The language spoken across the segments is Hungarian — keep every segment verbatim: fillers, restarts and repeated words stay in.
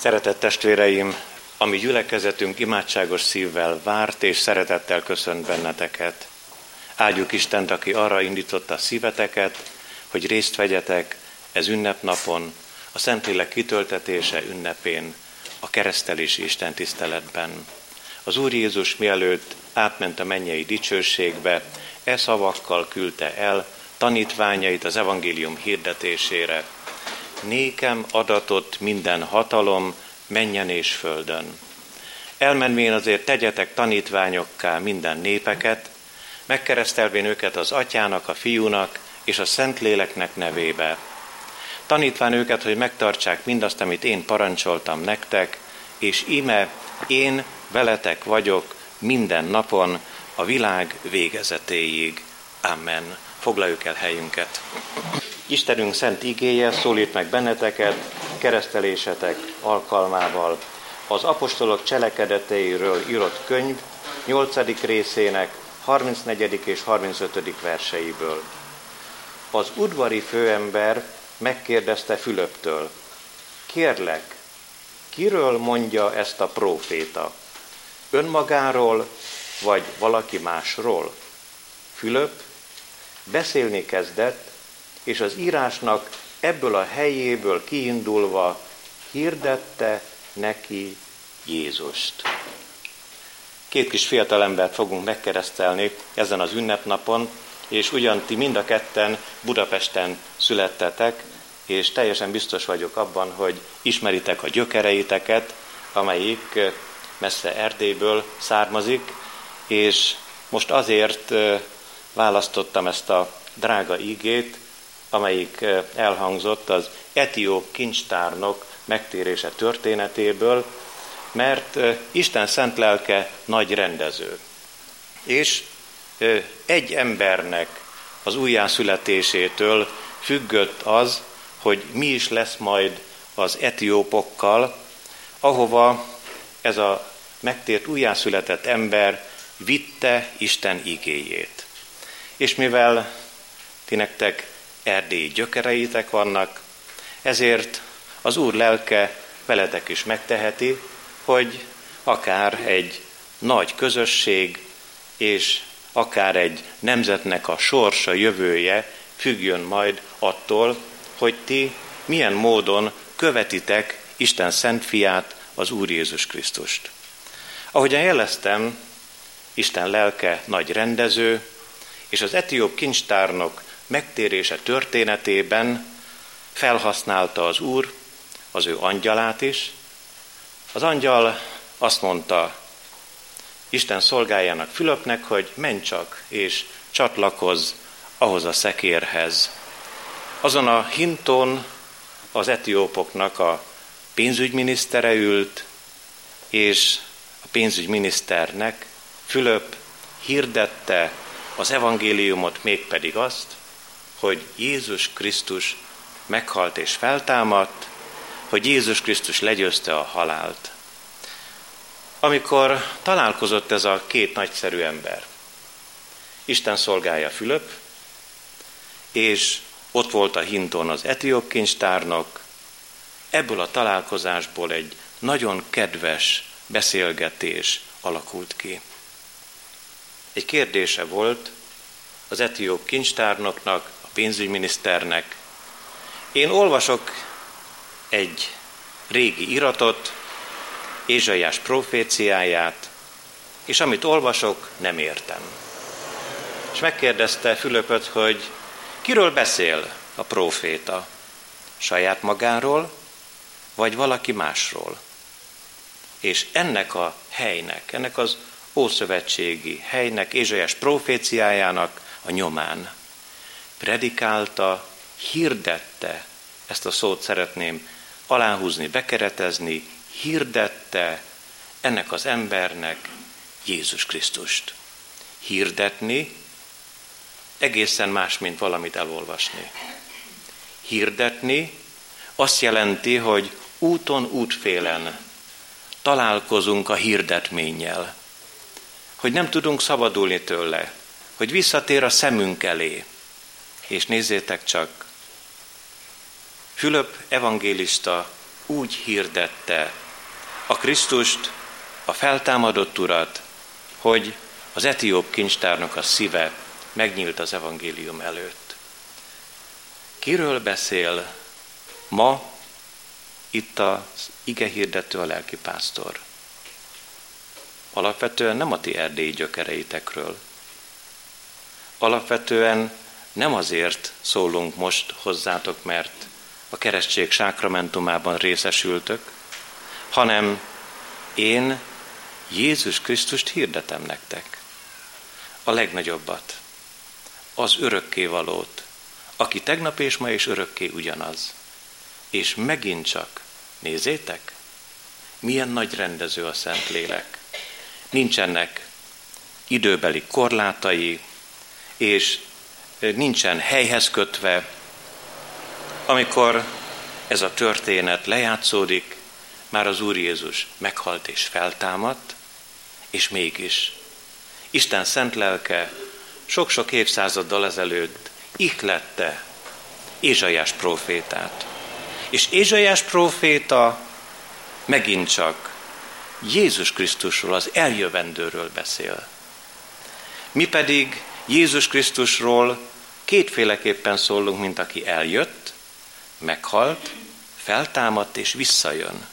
Szeretett testvéreim, a mi gyülekezetünk imádságos szívvel várt és szeretettel köszönt benneteket. Áldjuk Istent, aki arra indította szíveteket, hogy részt vegyetek ez ünnepnapon, a Szentlélek kitöltetése ünnepén, a keresztelési Isten tiszteletben. Az Úr Jézus mielőtt átment a mennyei dicsőségbe, e szavakkal küldte el tanítványait az evangélium hirdetésére. Nékem adatott minden hatalom mennyen és földön. Elmenvén azért tegyetek tanítványokká minden népeket, megkeresztelvén őket az Atyának, a Fiúnak és a Szentléleknek nevébe. Tanítván őket, hogy megtartsák mindazt, amit én parancsoltam nektek, és íme én veletek vagyok minden napon a világ végezetéig. Amen. Foglaljuk el helyünket. Istenünk szent igéje szólít meg benneteket keresztelésetek alkalmával. Az apostolok cselekedeteiről írott könyv nyolcadik részének harmincnegyedik és harmincötödik verseiből. Az udvari főember megkérdezte Fülöptől: kérlek, kiről mondja ezt a próféta? Önmagáról, vagy valaki másról? Fülöp beszélni kezdett, és az írásnak ebből a helyéből kiindulva hirdette neki Jézust. Két kis fiatalembert fogunk megkeresztelni ezen az ünnepnapon, és ugyan ti mind a ketten Budapesten születtetek, és teljesen biztos vagyok abban, hogy ismeritek a gyökereiteket, amelyik messze Erdélyből származik, és most azért választottam ezt a drága ígét, amelyik elhangzott az etióp kincstárnok megtérése történetéből, mert Isten szent lelke nagy rendező. És egy embernek az újjászületésétől függött az, hogy mi is lesz majd az etiópokkal, ahova ez a megtért újjászületett ember vitte Isten igéjét. És mivel ti nektek erdélyi gyökereitek vannak, ezért az Úr lelke veletek is megteheti, hogy akár egy nagy közösség, és akár egy nemzetnek a sorsa, jövője függjön majd attól, hogy ti milyen módon követitek Isten szent fiát, az Úr Jézus Krisztust. Ahogyan jeleztem, Isten lelke nagy rendező, és az etióp kincstárnok megtérése történetében felhasználta az Úr az ő angyalát is. Az angyal azt mondta Isten szolgájának, Fülöpnek, hogy menj csak és csatlakozz ahhoz a szekérhez. Azon a hinton az etiópoknak a pénzügyminisztere ült, és a pénzügyminiszternek Fülöp hirdette az evangéliumot, mégpedig azt, hogy Jézus Krisztus meghalt és feltámadt, hogy Jézus Krisztus legyőzte a halált. Amikor találkozott ez a két nagyszerű ember, Isten szolgája Fülöp, és ott volt a hinton az etióp kincstárnok, ebből a találkozásból egy nagyon kedves beszélgetés alakult ki. Egy kérdése volt az etióp kincstárnoknak, a pénzügyminiszternek: én olvasok egy régi iratot, Ézsaiás proféciáját, és amit olvasok, nem értem. És megkérdezte Fülöpöt, hogy kiről beszél a próféta? Saját magáról, vagy valaki másról? És ennek a helynek, ennek az ószövetségi helynek, Ézsaiás proféciájának a nyomán predikálta, hirdette, ezt a szót szeretném aláhúzni, bekeretezni, hirdette ennek az embernek Jézus Krisztust. Hirdetni egészen más, mint valamit elolvasni. Hirdetni azt jelenti, hogy úton, útfélen találkozunk a hirdetménnyel, hogy nem tudunk szabadulni tőle, hogy visszatér a szemünk elé. És nézzétek csak, Fülöp evangélista úgy hirdette a Krisztust, a feltámadott Urat, hogy az etióp kincstárnak a szíve megnyílt az evangélium előtt. Kiről beszél ma itt az igehirdető, a lelkipásztor? Alapvetően nem a ti erdélyi gyökereitekről. Alapvetően nem azért szólunk most hozzátok, mert a keresztség sákramentumában részesültök, hanem én Jézus Krisztust hirdetem nektek. A legnagyobbat, az örökkévalót, aki tegnap és ma és örökké ugyanaz. És megint csak, nézzétek, milyen nagy rendező a Szentlélek. Nincsenek időbeli korlátai, és nincsen helyhez kötve. Amikor ez a történet lejátszódik, már az Úr Jézus meghalt és feltámadt, és mégis Isten szent lelke sok-sok évszázaddal ezelőtt ihlette Ézsaiás prófétát. És Ézsaiás próféta megint csak Jézus Krisztusról, az eljövendőről beszél. Mi pedig Jézus Krisztusról kétféleképpen szólunk, mint aki eljött, meghalt, feltámadt és visszajön.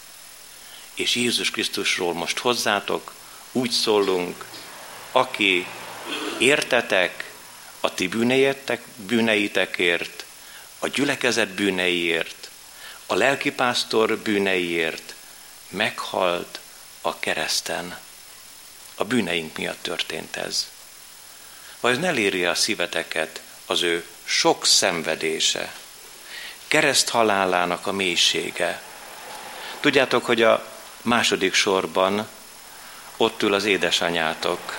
És Jézus Krisztusról most hozzátok úgy szólunk, aki értetek a ti bűneitek, bűneitekért, a gyülekezet bűneiért, a lelkipásztor bűneiért meghalt a kereszten. A bűneink miatt történt ez. Vajon eléri a szíveteket az ő sok szenvedése, kereszt halálának a mélysége? Tudjátok, hogy a második sorban ott ül az édesanyátok,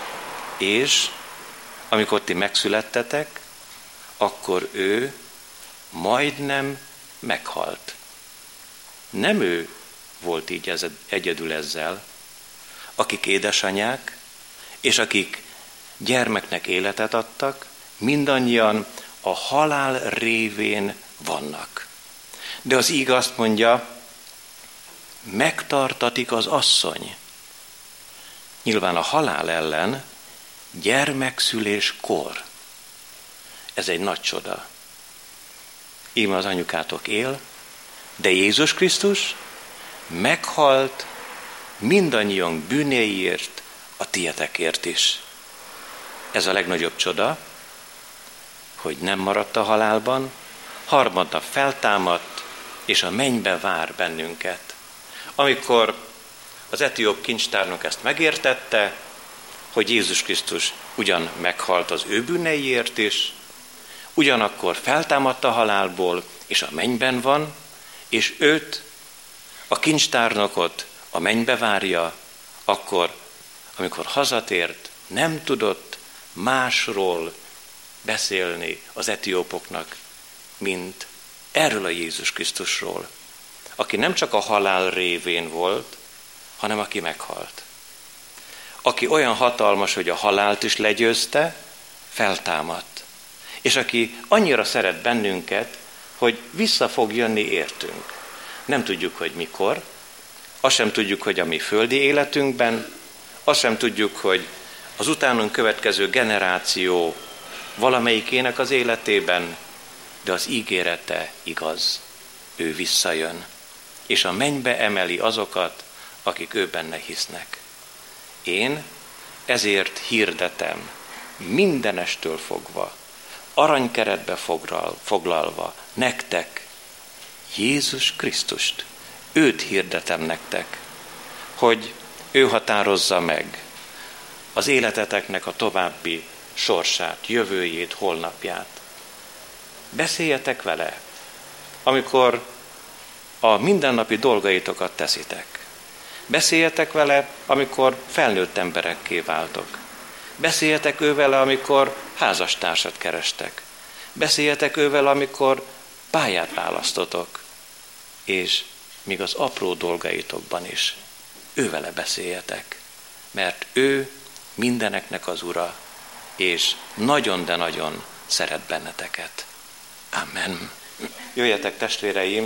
és amikor ti megszülettetek, akkor ő majdnem meghalt. Nem ő volt így ez, egyedül ezzel, akik édesanyák, és akik gyermeknek életet adtak, mindannyian a halál révén vannak. De az íg azt mondja, megtartatik az asszony. Nyilván a halál ellen gyermekszüléskor. Ez egy nagy csoda. Íme az anyukátok él, de Jézus Krisztus meghalt mindannyian bűnéiért, a tietekért is. Ez a legnagyobb csoda, hogy nem maradt a halálban, harmadnap feltámadt, és a mennybe vár bennünket. Amikor az etióp kincstárnok ezt megértette, hogy Jézus Krisztus ugyan meghalt az ő bűneiért is, ugyanakkor feltámadt a halálból, és a mennyben van, és őt, a kincstárnokot a mennybe várja, akkor, amikor hazatért, nem tudott másról beszélni az etiópoknak, mint erről a Jézus Krisztusról, aki nem csak a halál révén volt, hanem aki meghalt. Aki olyan hatalmas, hogy a halált is legyőzte, feltámadt. És aki annyira szeret bennünket, hogy vissza fog jönni értünk. Nem tudjuk, hogy mikor, azt sem tudjuk, hogy a mi földi életünkben, azt sem tudjuk, hogy az utánunk következő generáció valamelyikének az életében, de az ígérete igaz. Ő visszajön, és a mennybe emeli azokat, akik ő benne hisznek. Én ezért hirdetem, mindenestől fogva, aranykeretbe foglalva, nektek Jézus Krisztust. Őt hirdetem nektek, hogy ő határozza meg az életeteknek a további sorsát, jövőjét, holnapját. Beszéljetek vele, amikor a mindennapi dolgaitokat teszitek. Beszéljetek vele, amikor felnőtt emberekké váltok. Beszéljetek ővele, amikor házastársat kerestek. Beszéljetek ővele, amikor pályát választotok. És még az apró dolgaitokban is ővele beszéljetek. Mert ő mindeneknek az Ura, és nagyon, de nagyon szeret benneteket. Amen. Jöjjetek, testvéreim,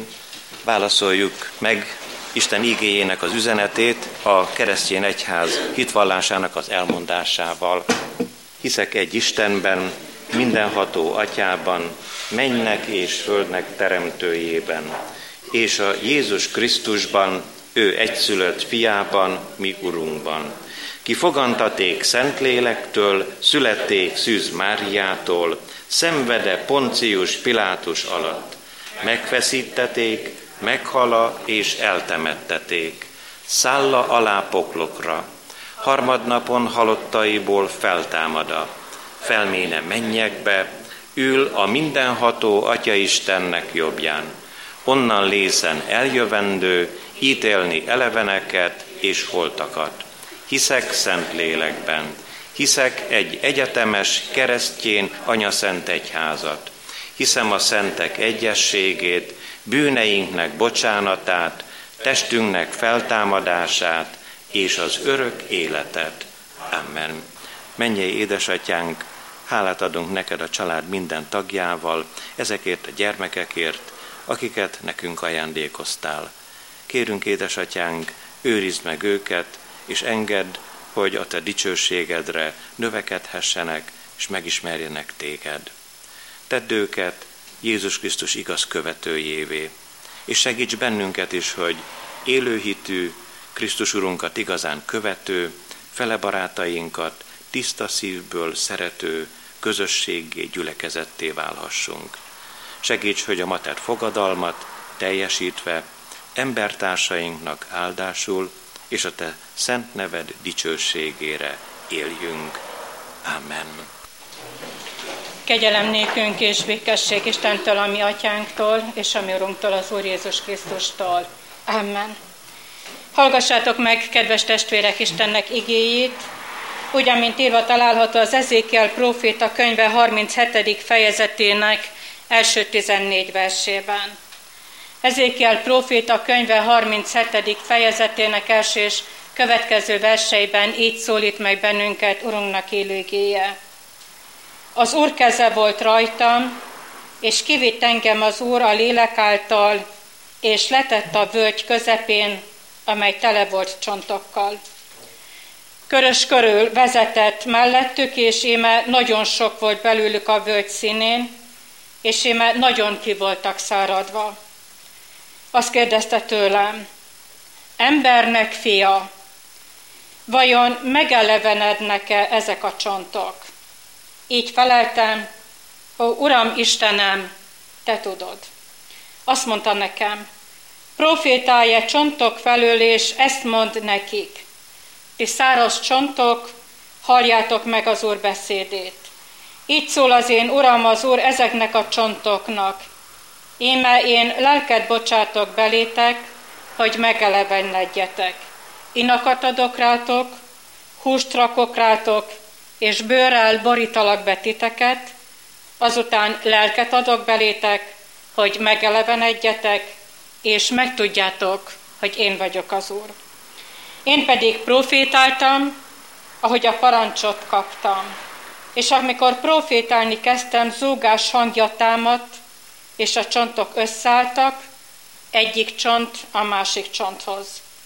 Válaszoljuk meg Isten igéjének az üzenetét a keresztény egyház hitvallásának az elmondásával. Hiszek egy Istenben, mindenható Atyában, mennynek és földnek teremtőjében, és a Jézus Krisztusban, ő egyszülött fiában, mi Urunkban, ki fogantaték Szentlélektől, születték Szűz Máriától, szenvede Poncius Pilátus alatt, megfeszítették, meghala és eltemetteték, szálla alá poklokra, harmadnapon halottaiból feltámada, felméne mennyekbe, ül a mindenható Atya-Istennek jobbján, onnan lészen eljövendő, ítélni eleveneket és holtakat. Hiszek Szentlélekben, hiszek egy egyetemes, keresztjén anyaszent egyházat, hiszem a szentek egyességét, bűneinknek bocsánatát, testünknek feltámadását és az örök életet. Amen. Mennyei édesatyánk, hálát adunk neked a család minden tagjával, ezekért a gyermekekért, akiket nekünk ajándékoztál. Kérünk, édesatyánk, őrizd meg őket, és engedd, hogy a te dicsőségedre növekedhessenek, és megismerjenek téged. Tedd őket Jézus Krisztus igaz követőjévé, és segíts bennünket is, hogy élőhitű, Krisztus Urunkat igazán követő, fele barátainkat tiszta szívből szerető közösséggé, gyülekezetté válhassunk. Segíts, hogy a mater fogadalmat teljesítve embertársainknak áldásul, és a te szent neved dicsőségére éljünk. Amen. Kegyelem nékünk és békesség Istentől, a mi atyánktól, és a mi Urunktól, az Úr Jézus Krisztustól. Amen. Hallgassátok meg, kedves testvérek, Istennek igéjét, úgy, amint írva található az Ezékiel próféta könyve harminchetedik fejezetének első tizennégy versében. Ezékiel próféta könyve harminchetedik fejezetének első és következő verseiben így szólít meg bennünket Urunknak élő igéje. Az Úr keze volt rajtam, és kivitt engem az Úr a lélek által, és letett a völgy közepén, amely tele volt csontokkal. Körös körül vezetett mellettük, és íme nagyon sok volt belőlük a völgy színén, és íme nagyon ki voltak száradva. Azt kérdezte tőlem, embernek fia, vajon megelevenednek-e ezek a csontok? Így feleltem, ó, Uram Istenem, te tudod. Azt mondta nekem, profétálj-e csontok felől, és ezt mondd nekik. Ti száraz csontok, halljátok meg az Úr beszédét. Így szól az én Uram, az Úr ezeknek a csontoknak. Íme én lelket bocsátok belétek, hogy megelevenedjetek. Inakat adok rátok, húst rakok rátok, és bőrrel borítalak be titeket, azután lelket adok belétek, hogy megelevenedjetek, és megtudjátok, hogy én vagyok az Úr. Én pedig profétáltam, ahogy a parancsot kaptam. És amikor profétálni kezdtem, zúgás hangja támadt, és a csontok összeálltak, egyik csont a másik csonthoz.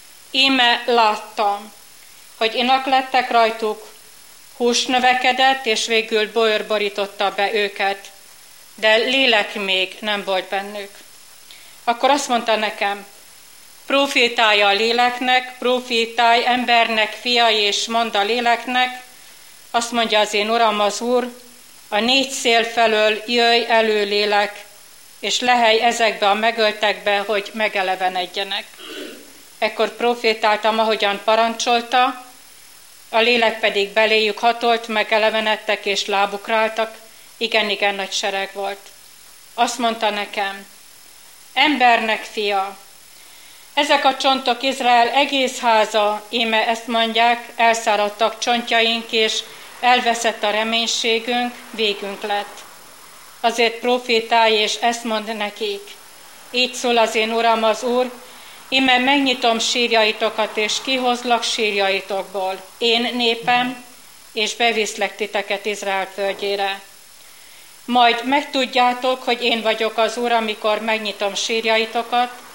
Íme láttam, hogy inak lettek rajtuk, hús növekedett, és végül bőr borította be őket, de lélek még nem volt bennük. Akkor azt mondta nekem, profétálj a léleknek, profétálj embernek, fiai, és mondd a léleknek, azt mondja az én Uram, az Úr, a négy szél felől jöjj elő lélek, és lehelj ezekbe a megöltekbe, hogy megelevenedjenek. Ekkor profétáltam, ahogyan parancsolta, a lélek pedig beléjük hatolt, megelevenedtek és lábukra álltak, igen-igen nagy sereg volt. Azt mondta nekem, embernek fia, ezek a csontok Izrael egész háza, íme ezt mondják, elszáradtak csontjaink, és elveszett a reménységünk, végünk lett. Azért profétálj, és ezt mondd nekik. Így szól az én Uram, az Úr, íme megnyitom sírjaitokat, és kihozlak sírjaitokból. Én népem, és beviszlek titeket Izrael földjére. Majd megtudjátok, hogy én vagyok az Úr, amikor megnyitom sírjaitokat,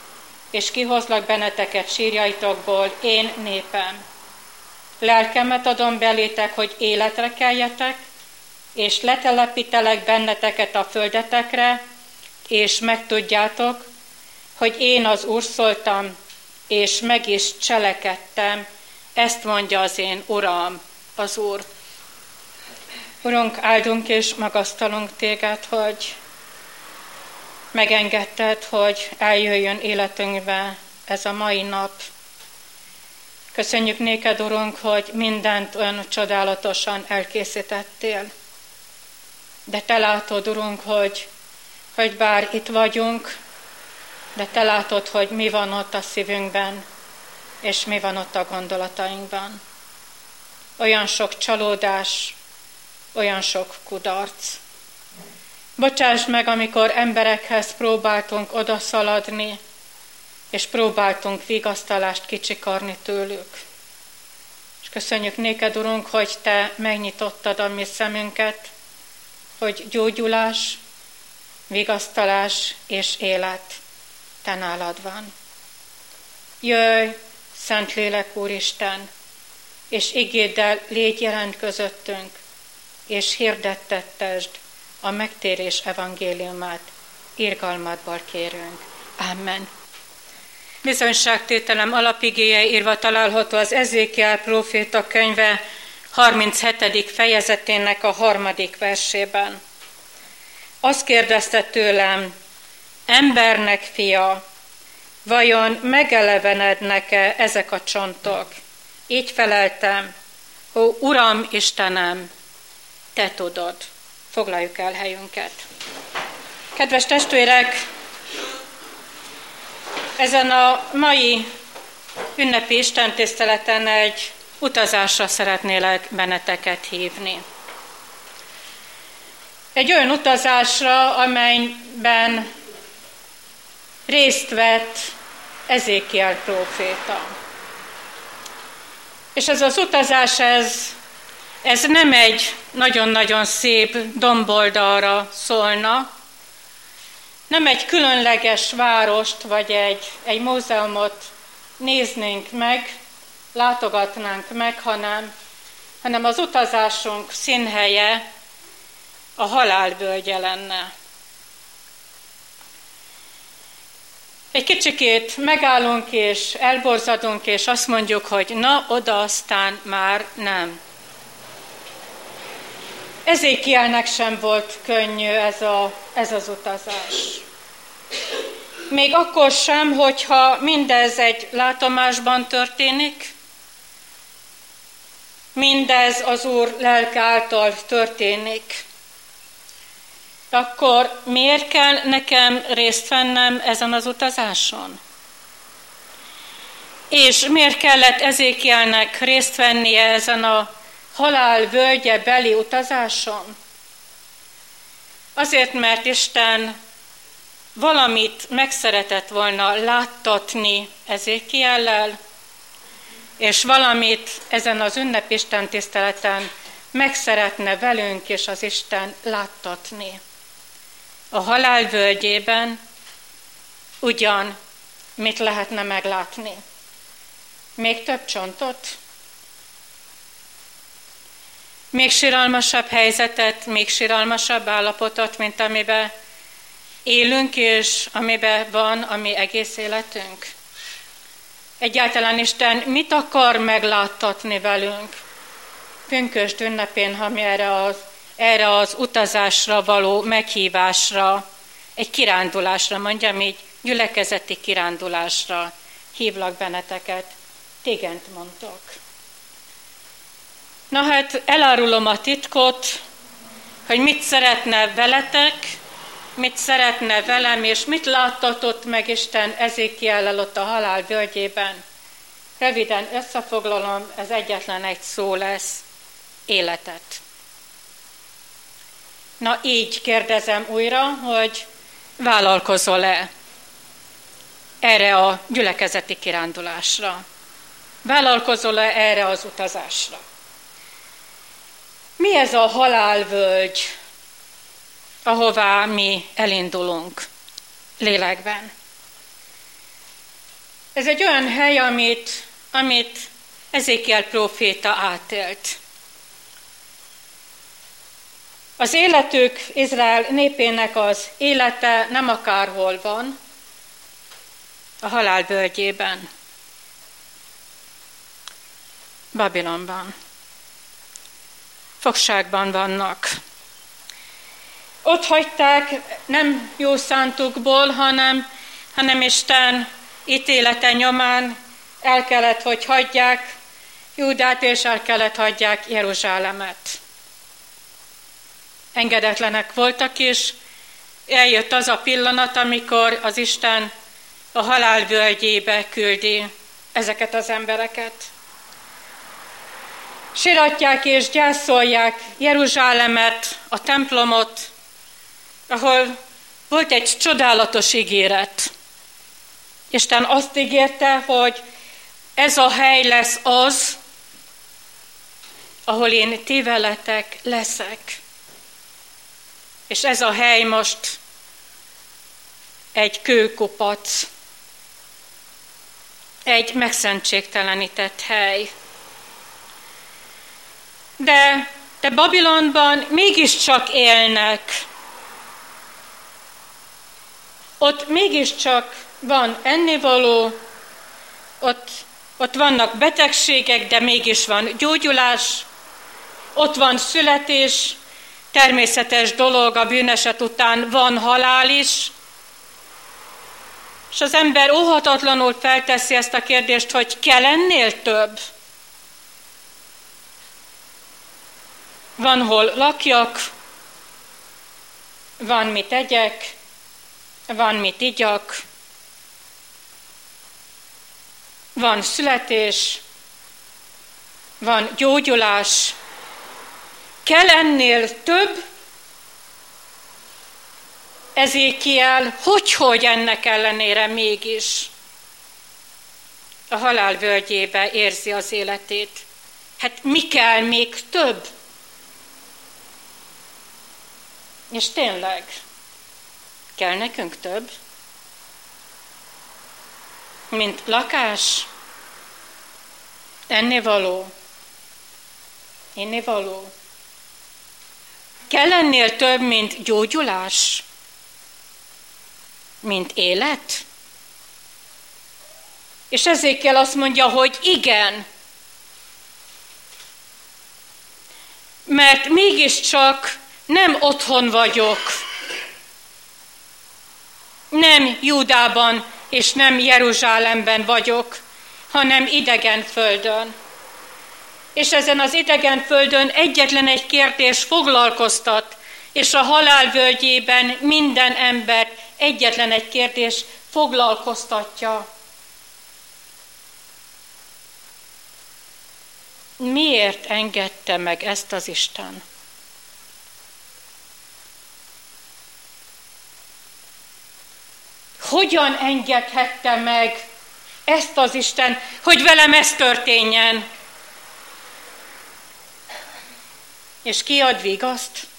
és kihozlak benneteket sírjaitokból, én népem. Lelkemet adom belétek, hogy életre keljetek, és letelepítelek benneteket a földetekre, és megtudjátok, hogy én az Úr szóltam, és meg is cselekedtem, ezt mondja az én Uram, az Úr. Urunk, áldunk és magasztalunk téged, hogy megengedted, hogy eljöjjön életünkbe ez a mai nap. Köszönjük néked, Urunk, hogy mindent olyan csodálatosan elkészítettél. De te látod, Urunk, hogy, hogy bár itt vagyunk, de te látod, hogy mi van ott a szívünkben, és mi van ott a gondolatainkban. Olyan sok csalódás, olyan sok kudarc. Bocsáss meg, amikor emberekhez próbáltunk odaszaladni, és próbáltunk vigasztalást kicsikarni tőlük. És köszönjük néked, Urunk, hogy te megnyitottad a mi szemünket, hogy gyógyulás, vigasztalás és élet te nálad van. Jöjj, Szentlélek Úristen, és igéddel légy jelent közöttünk, és hirdettettesd a megtérés evangéliumát, irgalmadból kérünk. Amen. Bizonyságtételem alapigéje írva található az Ezékiel próféta könyve harminchetedik fejezetének a harmadik versében. Azt kérdezte tőlem, embernek fia, vajon megelevenednek-e ezek a csontok? Így feleltem, ó, Uram Istenem, te tudod. Foglaljuk el helyünket. Kedves testvérek, ezen a mai ünnepi istentiszteleten egy utazásra szeretnélek benneteket hívni. Egy olyan utazásra, amelyben részt vett Ezékiel próféta. És ez az utazás, ez, ez nem egy nagyon-nagyon szép domboldalra szólna, nem egy különleges várost vagy egy, egy múzeumot néznénk meg, látogatnánk meg, hanem, hanem az utazásunk színhelye a halálvölgye lenne. Egy kicsikét megállunk és elborzadunk, és azt mondjuk, hogy na, oda aztán már nem. Ezékielnek sem volt könnyű ez, a, ez az utazás. Még akkor sem, hogyha mindez egy látomásban történik, mindez az Úr lelke által történik. Akkor miért kell nekem részt vennem ezen az utazáson? És miért kellett Ezékielnek részt vennie ezen a halál völgye beli utazáson? Azért, mert Isten valamit meg szeretett volna láttatni Ezékiellel, és valamit ezen az ünnep Isten tiszteleten meg szeretne velünk és az Isten láttatni. A halál völgyében ugyan mit lehetne meglátni? Még több csontot? Még siralmasabb helyzetet, még siralmasabb állapotot, mint amiben élünk, és amiben van a mi egész életünk? Egyáltalán Isten mit akar megláttatni velünk? Pünkösd ünnepén, ha mi erre az, erre az utazásra való meghívásra, egy kirándulásra, mondjam így, gyülekezeti kirándulásra hívlak benneteket. Tégent mondtok. Na hát elárulom a titkot, hogy mit szeretne veletek, mit szeretne velem, és mit láttatott meg Isten Ezékiellel ott a halál völgyében. Röviden összefoglalom, ez egyetlen egy szó lesz, életet. Na így kérdezem újra, hogy vállalkozol-e erre a gyülekezeti kirándulásra? Vállalkozol-e erre az utazásra? Mi ez a halálvölgy, ahová mi elindulunk lélekben? Ez egy olyan hely, amit, amit Ezékiel próféta átélt. Az életük, Izrael népének az élete nem akárhol van, a halál völgyében, Babilonban. Fogságban vannak. Ott hagyták nem jó szántukból, hanem, hanem Isten ítélete nyomán el kellett, hogy hagyják Júdát, és el kellett hagyják Jeruzsálemet. Engedetlenek voltak, és eljött az a pillanat, amikor az Isten a halál völgyébe küldi ezeket az embereket. Siratják és gyászolják Jeruzsálemet, a templomot, ahol volt egy csodálatos ígéret. Isten azt ígérte, hogy ez a hely lesz az, ahol én ti veletek leszek. És ez a hely most egy kőkupac, egy megszentségtelenített hely. De, de Babilonban mégiscsak élnek. Ott mégiscsak van ennivaló, ott, ott vannak betegségek, de mégis van gyógyulás, ott van születés, természetes dolog, a bűneset után van halál is, és az ember óhatatlanul felteszi ezt a kérdést, hogy kell ennél több? Van hol lakjak, van mit tegyek, van mit igyak, van születés, van gyógyulás. Kell ennél több? Ezékiel, hogy-hogy ennek ellenére mégis a halál völgyébe érzi az életét. Hát mi kell még több? És tényleg, kell nekünk több? Mint lakás, ennivaló, innivaló. Kell ennél több, mint gyógyulás? Mint élet? És ezékkel azt mondja, hogy igen. Mert mégiscsak nem otthon vagyok. Nem Júdában és nem Jeruzsálemben vagyok, hanem idegen földön. És ezen az idegen földön egyetlen egy kérdés foglalkoztat, és a halál völgyében minden ember egyetlen egy kérdés foglalkoztatja. Miért engedte meg ezt az Isten? Hogyan engedhette meg ezt az Isten, hogy velem ez történjen? És ki ad vigaszt?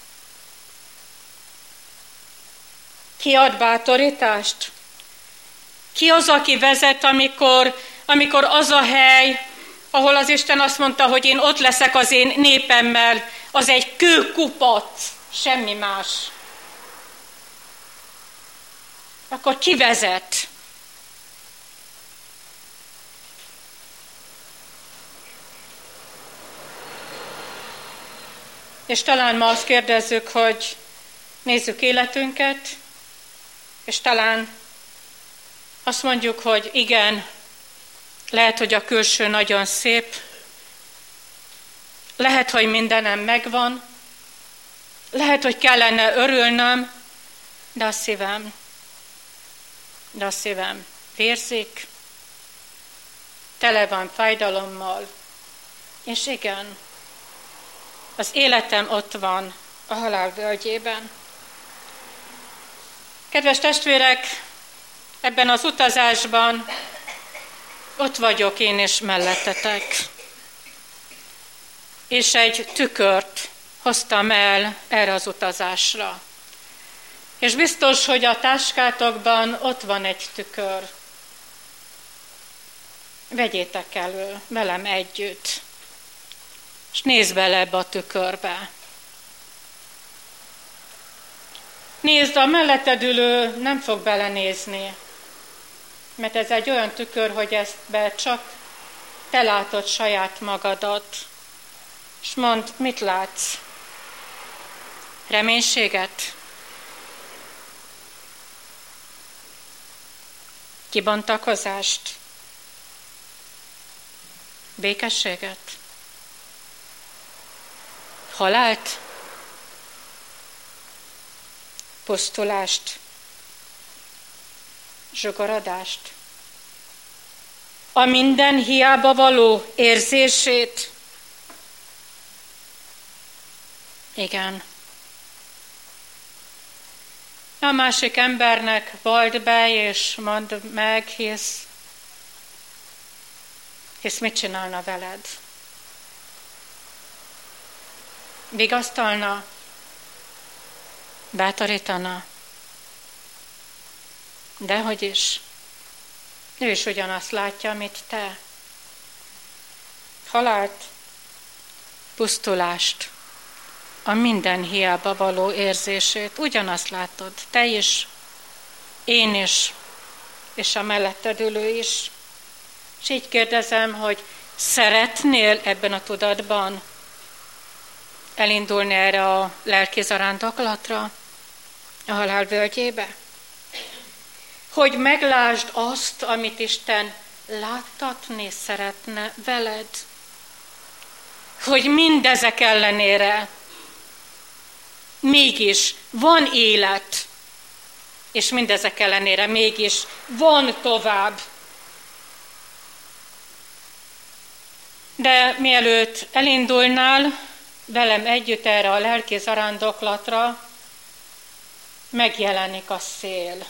Ki ad bátorítást? Ki az, aki vezet, amikor, amikor az a hely, ahol az Isten azt mondta, hogy én ott leszek az én népemmel, az egy kőkupac, semmi más. Akkor ki vezet? És talán ma azt kérdezzük, hogy nézzük életünket, és talán azt mondjuk, hogy igen, lehet, hogy a külső nagyon szép, lehet, hogy mindenem megvan, lehet, hogy kellene örülnöm, de a szívem, de a szívem vérzik, tele van fájdalommal, és igen, az életem ott van a halál völgyében. Kedves testvérek, ebben az utazásban ott vagyok én is mellettetek. És egy tükört hoztam el erre az utazásra. És biztos, hogy a táskátokban ott van egy tükör. vegyétek elő velem együtt, és nézd bele ebbe a tükörbe. Nézd, a melletted ülő nem fog belenézni, mert ez egy olyan tükör, hogy ezt be csak te látod saját magadat. És mondd, mit látsz? Reménységet? Kibontakozást? Békességet? Halált? Pusztulást? Zsugorodást? A minden hiába való érzését? Igen. A másik embernek vald be, és mondd meg, hisz, hisz mit csinálna veled? Vigasztalna? Bátorítana? Dehogy is. Ő is ugyanazt látja, amit te. Halált, pusztulást, a minden hiába való érzését. Ugyanazt látod, te is, én is, és a melletted ülő is. És így kérdezem, hogy szeretnél ebben a tudatban elindulni erre a lelki zarándoklatra, a halál völgyébe? Hogy meglásd azt, amit Isten láttatni szeretne veled. Hogy mindezek ellenére mégis van élet, és mindezek ellenére mégis van tovább. De mielőtt elindulnál velem együtt erre a lelki zarándoklatra, megjelenik a szél.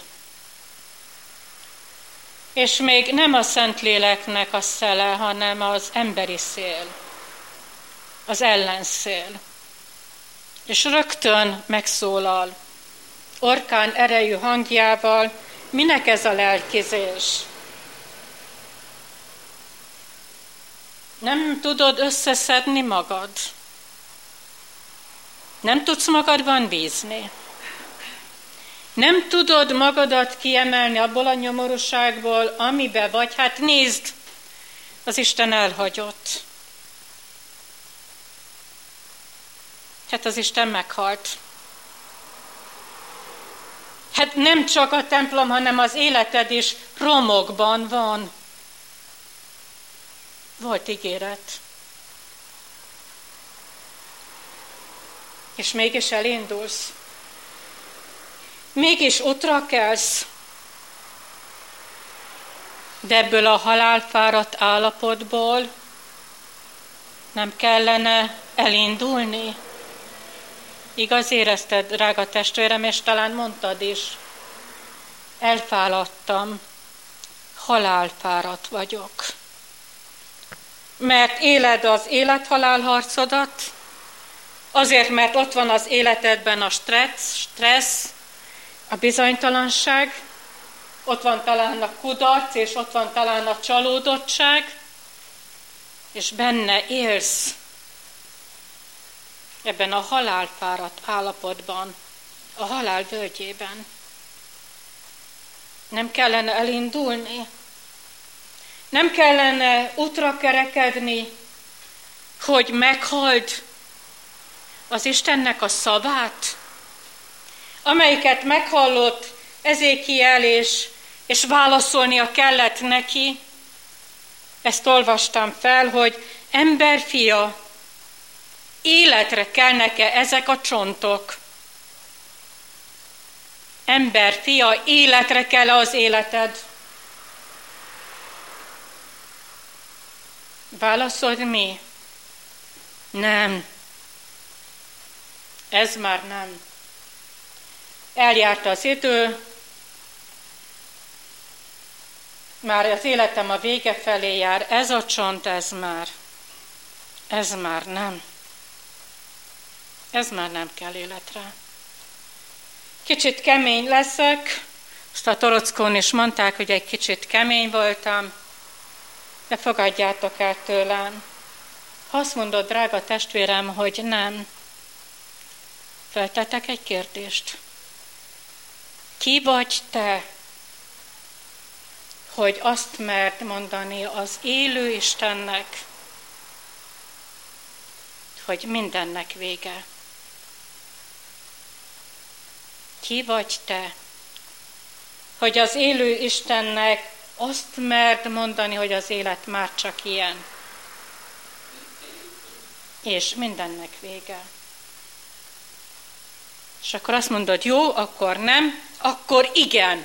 És még nem a Szentléleknek a szele, hanem az emberi szél, az ellenszél. És rögtön megszólal, orkán erejű hangjával, minek ez a lelkizés? Nem tudod összeszedni magad? Nem tudsz magadban bízni? Nem tudod magadat kiemelni abból a nyomorúságból, amibe vagy? Hát nézd, az Isten elhagyott. Hát az Isten meghalt. Hát nem csak a templom, hanem az életed is romokban van. Volt ígéret. És mégis elindulsz. Mégis útra kelsz. De ebből a halálfáradt állapotból nem kellene elindulni? Igaz, érezted, drága testvérem, és talán mondtad is, elfáradtam, halálfáradt vagyok. Mert éled az élet-halál harcodat, azért, mert ott van az életedben a stressz, stressz, a bizonytalanság, ott van talán a kudarc, és ott van talán a csalódottság, és benne élsz ebben a halálfáradt állapotban, a halál völgyében. Nem kellene elindulni, nem kellene útra kerekedni, hogy meghalld az Istennek a szavát, amelyiket meghallott Ezékiel, és, és válaszolnia kellett neki. Ezt olvastam fel, hogy emberfia, életre kelnek-e ezek a csontok? Emberfia, életre kell az életed? Válaszod mi? Nem. Ez már nem. Eljárt az idő, már az életem a vége felé jár, ez a csont, ez már, ez már nem. Ez már nem kell életre. Kicsit kemény leszek, azt a Torockón is mondták, hogy egy kicsit kemény voltam, de fogadjátok el tőlem. Ha azt mondod, drága testvérem, hogy nem, feltettek egy kérdést. Ki vagy te, hogy azt merd mondani az élő Istennek, hogy mindennek vége? Ki vagy te, hogy az élő Istennek azt merd mondani, hogy az élet már csak ilyen, és mindennek vége? És akkor azt mondod, jó, akkor nem, akkor igen.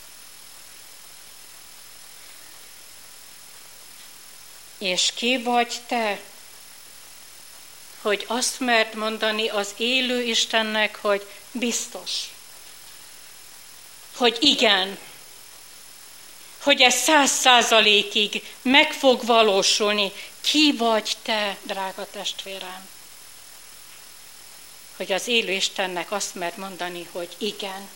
És ki vagy te, hogy azt merd mondani az élő Istennek, hogy biztos, hogy igen, hogy ez száz százalékig meg fog valósulni. Ki vagy te, drága testvérem, hogy az élő Istennek azt merd mondani, hogy igen.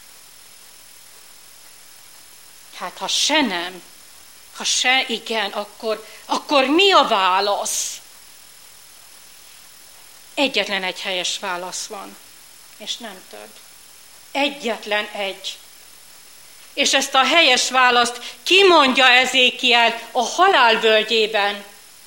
Hát ha se nem, ha se igen, akkor, akkor mi a válasz? Egyetlen egy helyes válasz van, és nem több. Egyetlen egy. És ezt a helyes választ kimondja Ezékiel a halál völgyében.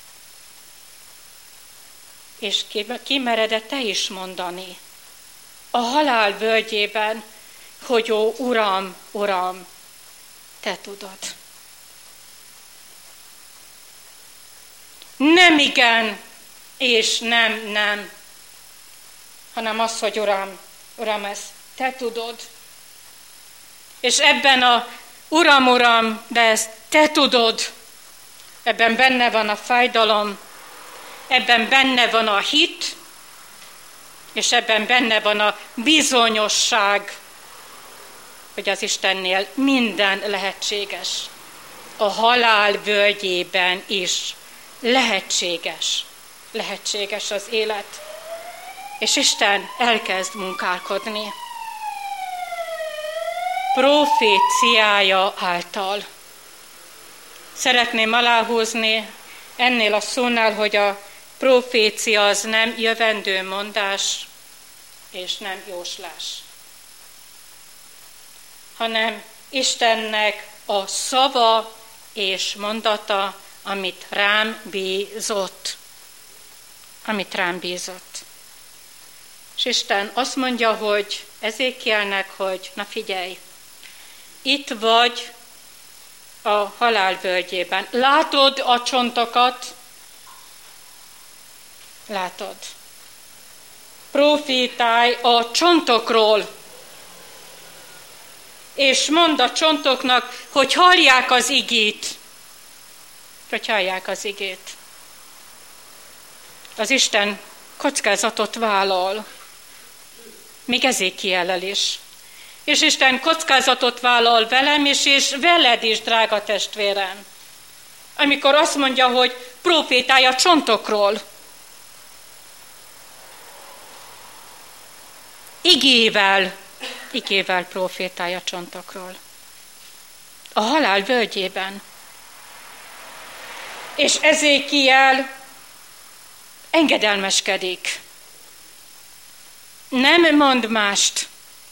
És kimered-e te is mondani a halál völgyében, hogy ó, Uram, Uram, te tudod. Nem igen, és nem, nem, hanem az, hogy Uram, Uram, ezt te tudod. És ebben a Uram, Uram, de ezt te tudod, ebben benne van a fájdalom, ebben benne van a hit, és ebben benne van a bizonyosság, hogy az Istennél minden lehetséges. A halál völgyében is lehetséges, lehetséges az élet. És Isten elkezd munkálkodni. Proféciája által. Szeretném aláhúzni ennél a szónál, hogy a profécia az nem jövendő mondás, és nem jóslás, hanem Istennek a szava és mondata, amit rám bízott. Amit rám bízott. És Isten azt mondja, hogy Ezékielnek, hogy na figyelj, itt vagy a halál völgyében. Látod a csontokat? Látod. Profétálj a csontokról, és mondd a csontoknak, hogy hallják az igét. Hogy hallják az igét. Az Isten kockázatot vállal, még Ezékiellel is. És Isten kockázatot vállal velem is, és veled is, drága testvérem. Amikor azt mondja, hogy profétálj a csontokról. Igével, igével profétálj a csontokról. A halál völgyében. És Ezékiel engedelmeskedik. Nem mond mást,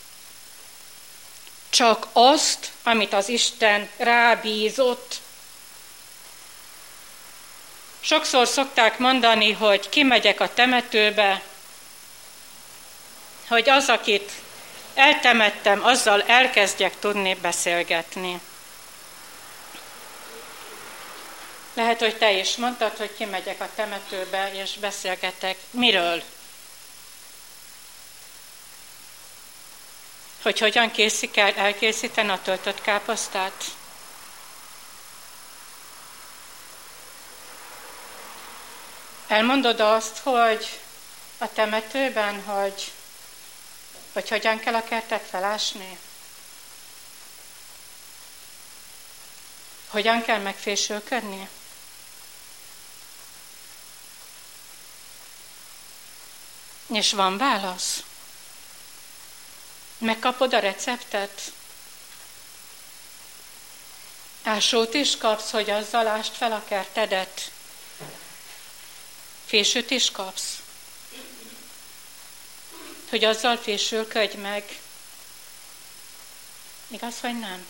csak azt, amit az Isten rábízott. Sokszor szokták mondani, hogy kimegyek a temetőbe, hogy az, akit eltemettem, azzal elkezdjek tudni beszélgetni. Lehet, hogy te is mondtad, hogy kimegyek a temetőbe, és beszélgetek. Miről? Hogy hogyan készítik el, elkészíteni a töltött káposztát? Elmondod azt, hogy a temetőben, hogy, hogy hogyan kell a kertet felásni? Hogyan kell megfésülködni? És van válasz? Megkapod a receptet? Ásót is kapsz, hogy azzal ást fel a kertedet? Fésűt is kapsz, hogy azzal fésülködj meg? Igaz, vagy nem?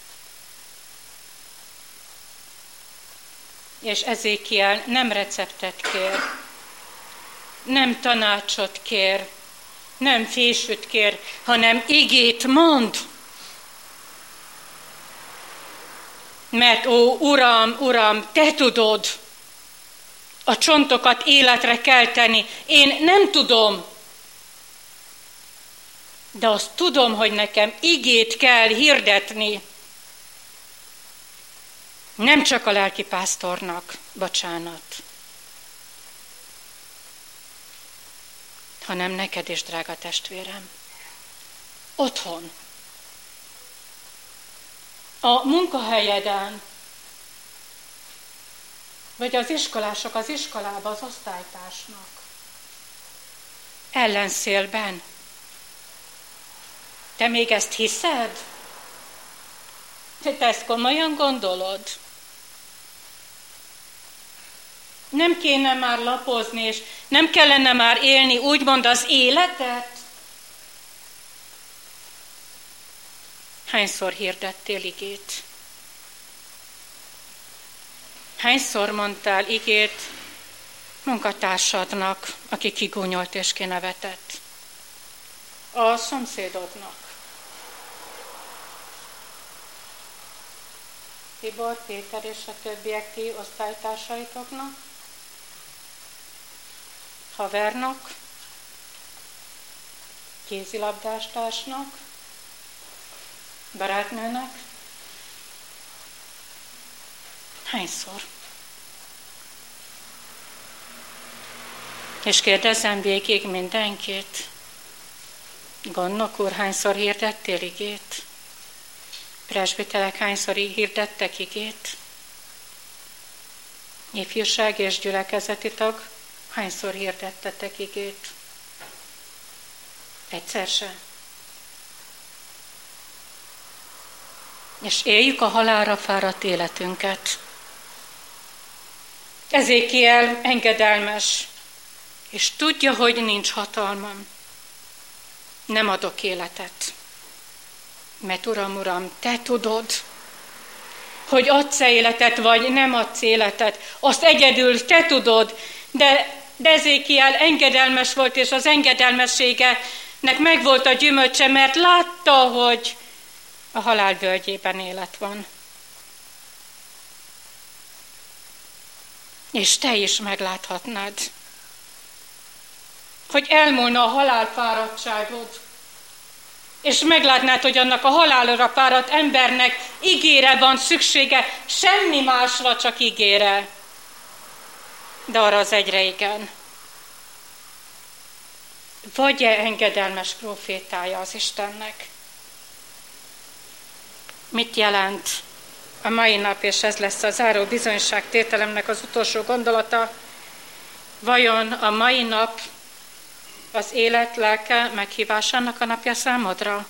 És Ezékiel nem receptet kér, nem tanácsot kér, nem fésűt kér, hanem igét mond. Mert ó, Uram, Uram, te tudod a csontokat életre kelteni. Én nem tudom, de azt tudom, hogy nekem igét kell hirdetni. Nem csak a lelkipásztornak, bocsánat, hanem neked is, drága testvérem. Otthon, a munkahelyeden, vagy az iskolások az iskolába, az osztálytársnak, ellenszélben. Te még ezt hiszed? Te ezt komolyan gondolod? Nem kéne már lapozni, és nem kellene már élni úgymond az életet? Hányszor hirdettél igét? Hányszor mondtál igét munkatársadnak, aki kigúnyolt és kinevetett? A szomszédodnak. Tibor, Péter és a többiek ti osztálytársaitoknak? Havernak? Kézilabdástársnak? Barátnőnek? Hányszor? És kérdezzem végig mindenkit. Gondnok úr, hányszor hirdettél igét? Presbiterek hányszor hirdettek igét? Ifjúság és gyülekezeti tag hányszor hirdettetek igét? Egyszer se. És éljük a halálra fáradt életünket. Ezékiel engedelmes, és tudja, hogy nincs hatalmam. Nem adok életet. Mert Uram, Uram, te tudod, hogy adsz-e életet, vagy nem adsz életet. Azt egyedül te tudod, de Ezékiel engedelmes volt, és az engedelmességenek megvolt a gyümölcse, mert látta, hogy a halál völgyében élet van. És te is megláthatnád, hogy elmúlna a halálfáradtságod, és meglátnád, hogy annak a halálra fáradt embernek igére van szüksége, semmi másra, csak igére. De arra az egyre igen. Vagy-e engedelmes profétája az Istennek? Mit jelent a mai nap, és ez lesz a záró bizonyságtételemnek az utolsó gondolata? Vajon a mai nap az élet lelke meghívásának a napja számodra?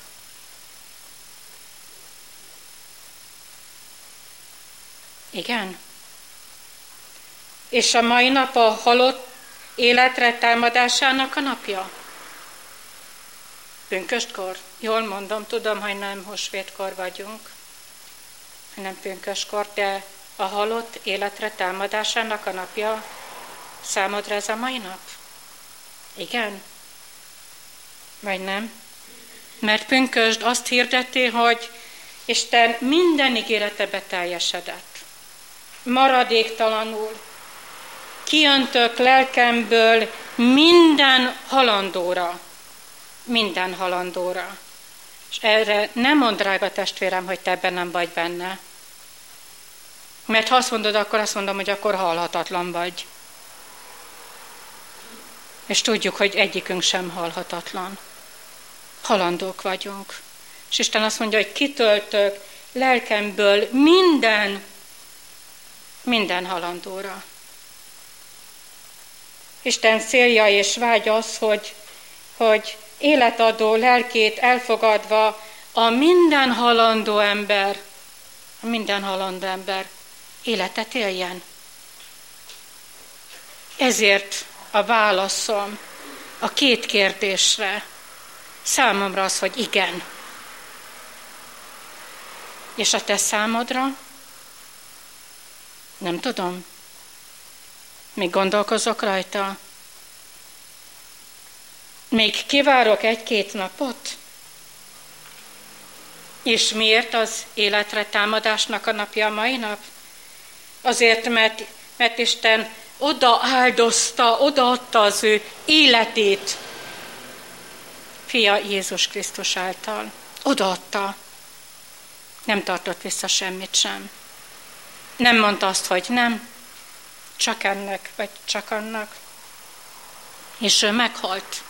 Igen. És a mai nap a halott életre támadásának a napja? Pünköstkor? Jól mondom, tudom, hogy nem húsvétkor vagyunk, hanem pünköstkor, de a halott életre támadásának a napja számodra ez a mai nap? Igen? Vagy nem? Mert pünkösd azt hirdeti, hogy Isten minden ígérete beteljesedett. Maradéktalanul kiöntök lelkemből minden halandóra. Minden halandóra. És erre nem mond, drága testvérem, hogy te ebben nem vagy benne. Mert ha azt mondod, akkor azt mondom, hogy akkor halhatatlan vagy. És tudjuk, hogy egyikünk sem halhatatlan. Halandók vagyunk. És Isten azt mondja, hogy kitöltök lelkemből minden, minden halandóra. Isten célja és vágya az, hogy, hogy életadó lelkét elfogadva a minden halandó ember minden halandó ember életet éljen. Ezért a válaszom a két kérdésre számomra az, hogy igen. És a te számodra? Nem tudom. Még gondolkozok rajta. Még kivárok egy-két napot? És miért az életre támadásnak a napja a mai nap? Azért, mert, mert Isten oda áldozta, odaadta az ő életét fia Jézus Krisztus által. Odaadta. Nem tartott vissza semmit sem. Nem mondta azt, hogy nem, csak ennek, vagy csak annak. És ő meghalt.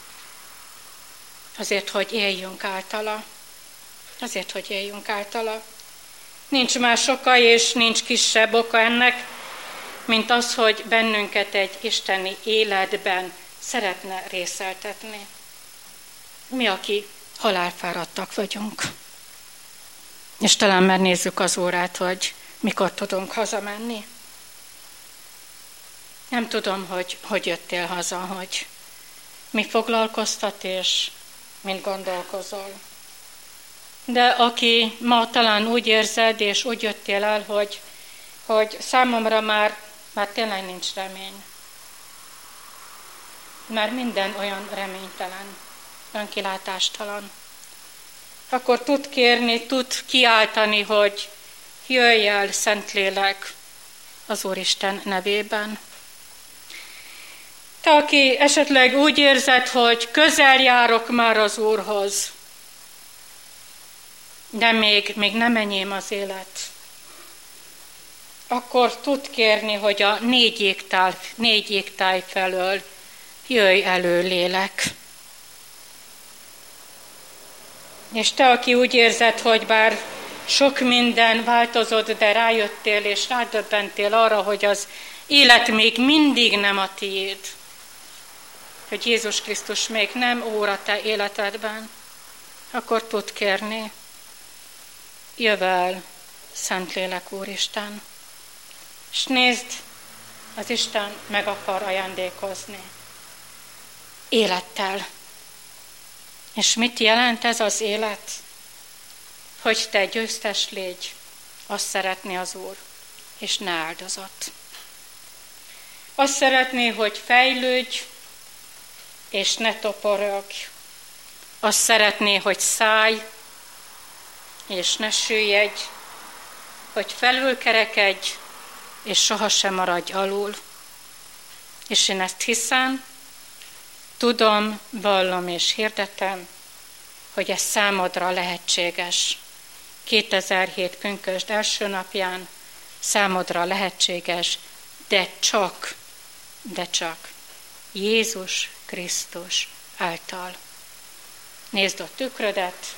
Azért, hogy éljünk általa. Azért, hogy éljünk általa. Nincs más oka, és nincs kisebb oka ennek, mint az, hogy bennünket egy isteni életben szeretne részeltetni. Mi, aki halálfáradtak vagyunk. És talán már nézzük az órát, hogy mikor tudunk hazamenni. Nem tudom, hogy hogy jöttél haza, hogy mi foglalkoztat, és mint gondolkozol. De aki ma talán úgy érzed, és úgy jöttél el, hogy, hogy számomra már, már tényleg nincs remény. Már minden olyan reménytelen, önkilátástalan. Akkor tud kérni, tud kiáltani, hogy jöjj el, Szentlélek, az Úristen nevében. Te, aki esetleg úgy érzed, hogy közel járok már az Úrhoz, de még, még nem enyém az élet, akkor tud kérni, hogy a négy égtáj, négy égtáj felől jöjj elő, lélek. És te, aki úgy érzed, hogy bár sok minden változott, de rájöttél és rádöbbentél arra, hogy az élet még mindig nem a tiéd, hogy Jézus Krisztus még nem úr a te életedben, akkor tud kérni, jöjj el, Szentlélek Úristen. És nézd, az Isten meg akar ajándékozni. Élettel. És mit jelent ez az élet? Hogy te győztes légy, azt szeretné az Úr, és ne áldozat. Azt szeretné, hogy fejlődj, és ne toporogj. Azt szeretné, hogy szállj, és ne süllyedj, hogy felülkerekedj, és sohasem maradj alul. És én ezt hiszem, tudom, vallom és hirdetem, hogy ez számodra lehetséges. kétezer-hét pünkösd első napján számodra lehetséges, de csak, de csak Jézus Krisztus által. Nézd a tükrödet,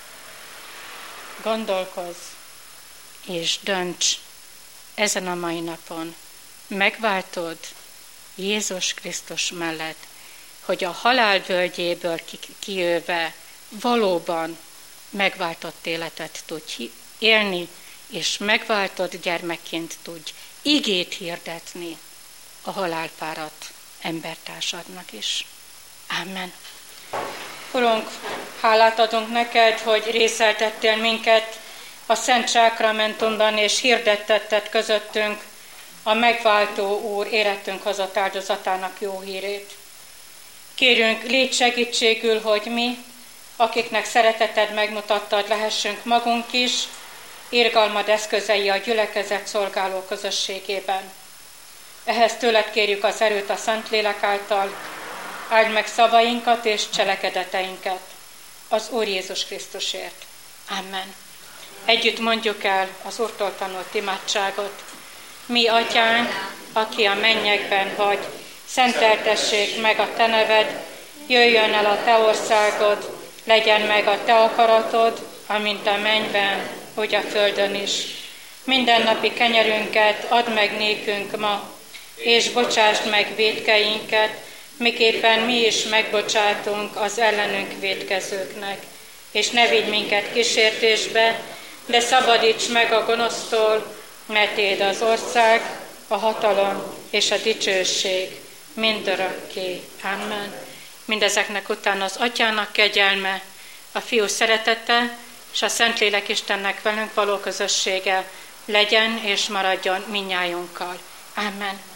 gondolkozz, és dönts ezen a mai napon. Megváltod Jézus Krisztus mellett, hogy a halál völgyéből kijöve valóban megváltott életet tudj élni, és megváltott gyermekként tudj igét hirdetni a halálfáradt embertársadnak is. Amen. Urunk, hálát adunk neked, hogy részeltettél minket a Szent Sákramentumban, és hirdettetted közöttünk a megváltó Úr életünk hozott áldozatának jó hírét. Kérünk, légy segítségül, hogy mi, akiknek szereteted megmutattad, lehessünk magunk is, irgalmad eszközei a gyülekezet szolgáló közösségében. Ehhez tőled kérjük az erőt a Szentlélek által, áld meg szavainkat és cselekedeteinket az Úr Jézus Krisztusért. Amen. Együtt mondjuk el az Úrtól tanult imádságot. Mi, Atyánk, aki a mennyekben vagy, szenteltessék meg a te neved, jöjjön el a te országod, legyen meg a te akaratod, amint a mennyben, úgy a földön is. Mindennapi kenyerünket add meg nékünk ma, és bocsásd meg vétkeinket, miképpen mi is megbocsátunk az ellenünk vétkezőknek. És ne vigy minket kísértésbe, de szabadíts meg a gonosztól, mert Téd az ország, a hatalom és a dicsőség mindörökké. Amen. Mindezeknek után az Atyának kegyelme, a Fiú szeretete és a Szentlélek Istennek velünk való közössége legyen és maradjon mindnyájunkkal. Amen.